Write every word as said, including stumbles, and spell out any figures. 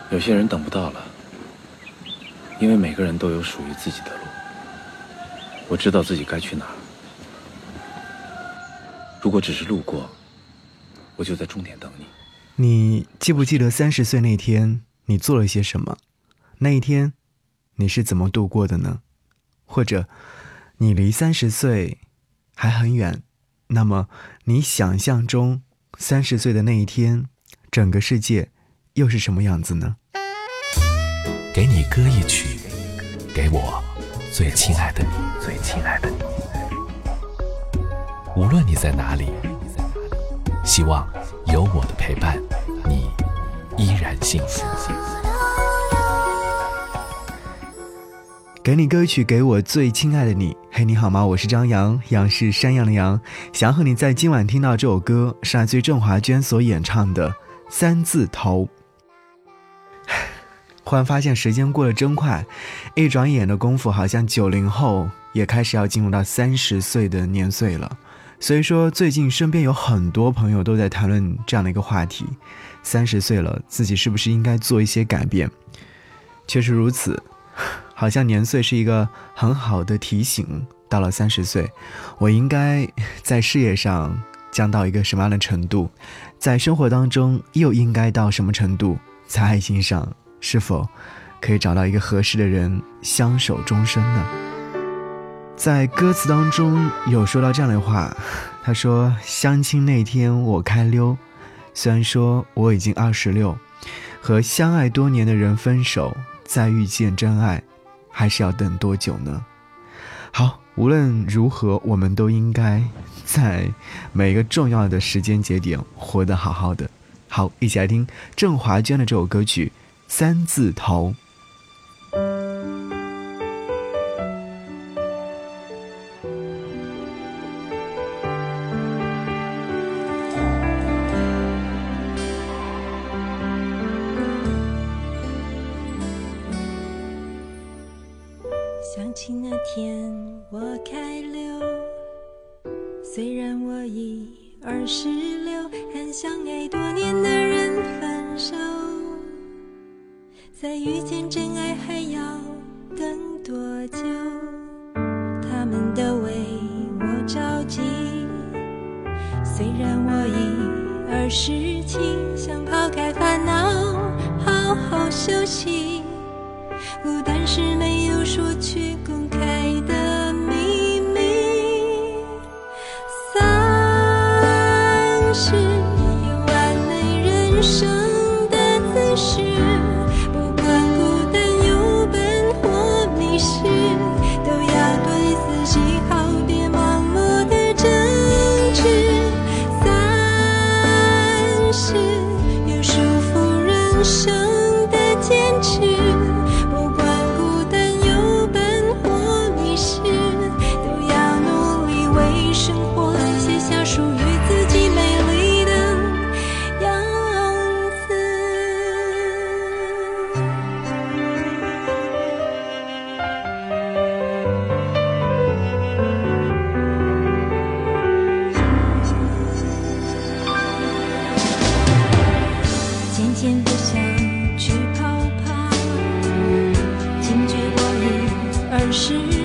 有些人等不到了，因为每个人都有属于自己的路。我知道自己该去哪儿。如果只是路过，我就在终点等你。 你记不记得三十岁那天你做了些什么？那一天你是怎么度过的呢？或者你离三十岁还很远，那么你想象中三十岁的那一天，整个世界又是什么样子呢？ 给你歌一曲，给我最亲爱的你，最亲爱的你。无论你在哪里，希望有我的陪伴，你依然幸福。 给你歌曲，给我最亲爱的你。嘿，你好吗？我是张扬，杨是山羊的羊。想和你在今晚听到这首歌，是来自于郑华娟所演唱的《三字头》。忽然发现时间过得真快，一转眼的功夫，好像九零后也开始要进入到三十岁的年岁了。所以说，最近身边有很多朋友都在谈论这样的一个话题：三十岁了，自己是不是应该做一些改变？确实如此。好像年岁是一个很好的提醒，到了三十岁，我应该在事业上降到一个什么样的程度，在生活当中又应该到什么程度，在爱情上是否可以找到一个合适的人相守终身呢？在歌词当中有说到这样的话，他说：相亲那天我开溜，虽然说我已经二十六，和相爱多年的人分手，再遇见真爱还是要等多久呢？好，无论如何，我们都应该在每个重要的时间节点活得好好的。好，一起来听郑华娟的这首歌曲《三字头》。 相亲那天我开溜，虽然我已二十六，和相爱多年的人分手，再遇见真爱还要等多久？他们都为我着急，虽然我已二十七，想抛开烦恼，好好休息。孤单是没有说去公开的秘密，三十有完美人生的姿势，不管孤单有伴或迷失，都要对自己好，别盲目的争执。三十有束缚人生的坚持，不想去跑跑，惊觉我已二十